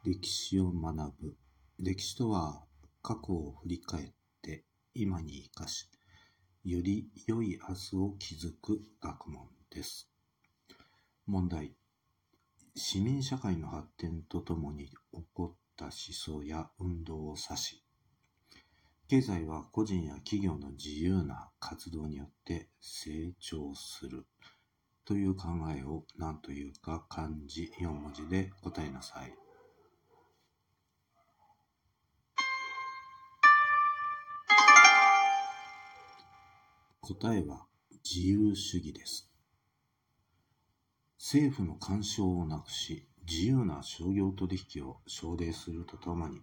歴史を学ぶ。歴史とは過去を振り返って今に生かし、より良い明日を築く学問です。問題。市民社会の発展とともに起こった思想や運動を指し、経済は個人や企業の自由な活動によって成長するという考えを何というか漢字4文字で答えなさい。答えは自由主義です。政府の干渉をなくし、自由な商業取引を奨励するとともに、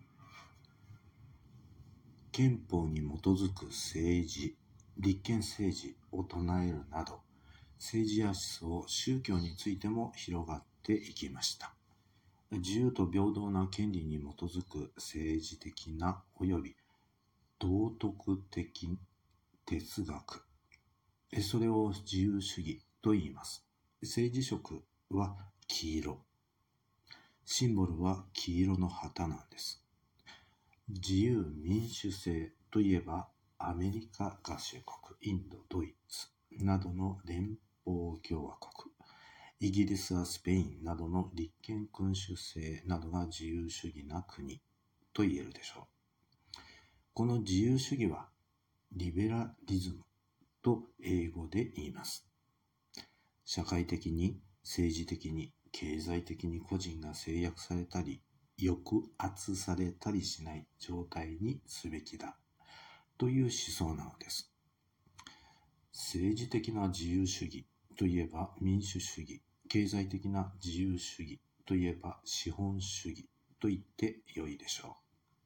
憲法に基づく政治、立憲政治を唱えるなど、政治や思想、宗教についても広がっていきました。自由と平等な権利に基づく政治的な及び道徳的哲学、それを自由主義と言います。政治色は黄色。シンボルは黄色の旗なんです。自由民主制といえばアメリカ合衆国、インド、ドイツなどの連邦共和国、イギリスやスペインなどの立憲君主制などが自由主義な国と言えるでしょう。この自由主義はリベラリズムと英語で言います。社会的に、政治的に、経済的に個人が制約されたり、抑圧されたりしない状態にすべきだという思想なのです。政治的な自由主義といえば民主主義、経済的な自由主義といえば資本主義と言ってよいでしょ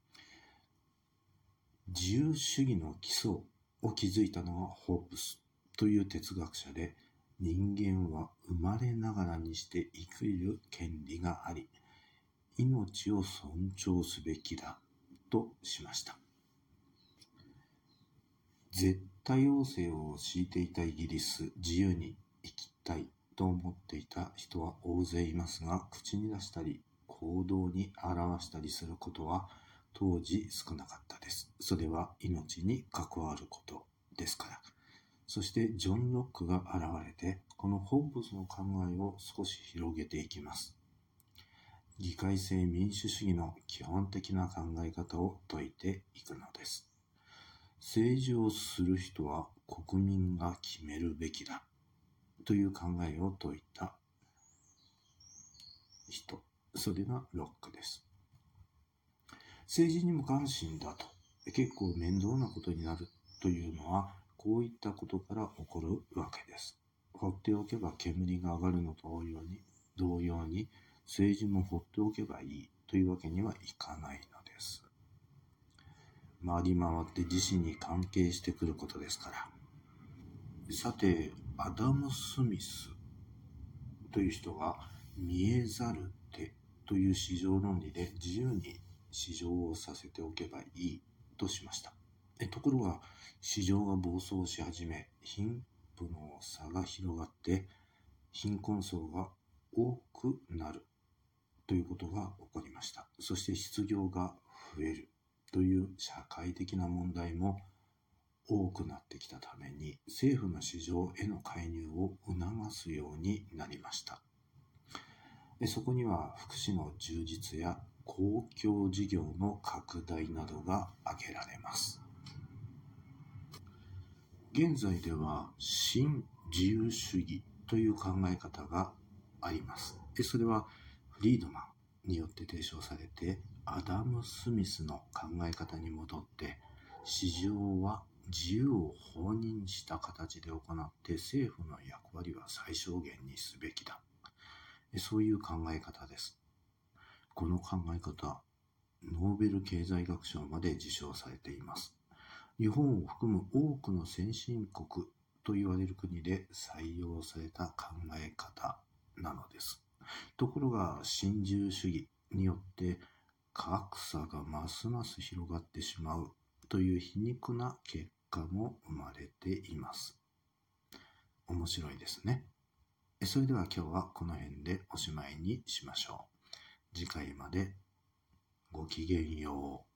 う。自由主義の基礎を築いたのはホープスという哲学者で、人間は生まれながらにして生きる権利があり、命を尊重すべきだとしました。絶対要請を敷いていたイギリス、自由に生きたいと思っていた人は大勢いますが、口に出したり行動に表したりすることは当時少なかったです。それは命に関わることですから。そしてジョン・ロックが現れて、このホープスの考えを少し広げていきます。議会制民主主義の基本的な考え方を説いていくのです。政治をする人は国民が決めるべきだという考えを説いた人、それがロックです。政治に無関心だと結構面倒なことになるというのは、こういったことから起こるわけです。放っておけば煙が上がるのと同様に政治も放っておけばいいというわけにはいかないのです。回り回って自身に関係してくることですから。さて、アダム・スミスという人が見えざる手という市場論理で自由に市場をさせておけばいいとしました。ところが市場が暴走し始め、貧富の差が広がって貧困層が多くなるということが起こりました。そして失業が増えるという社会的な問題も多くなってきたために、政府の市場への介入を促すようになりました。そこには福祉の充実や公共事業の拡大などが挙げられます。現在では新自由主義という考え方があります。それはフリードマンによって提唱されて、アダム・スミスの考え方に戻って、市場は自由を放任した形で行って政府の役割は最小限にすべきだ。そういう考え方です。この考え方、ノーベル経済学賞まで受賞されています。日本を含む多くの先進国と言われる国で採用された考え方なのです。ところが新自由主義によって格差がますます広がってしまうという皮肉な結果も生まれています。面白いですね。それでは今日はこの辺でおしまいにしましょう。次回までごきげんよう。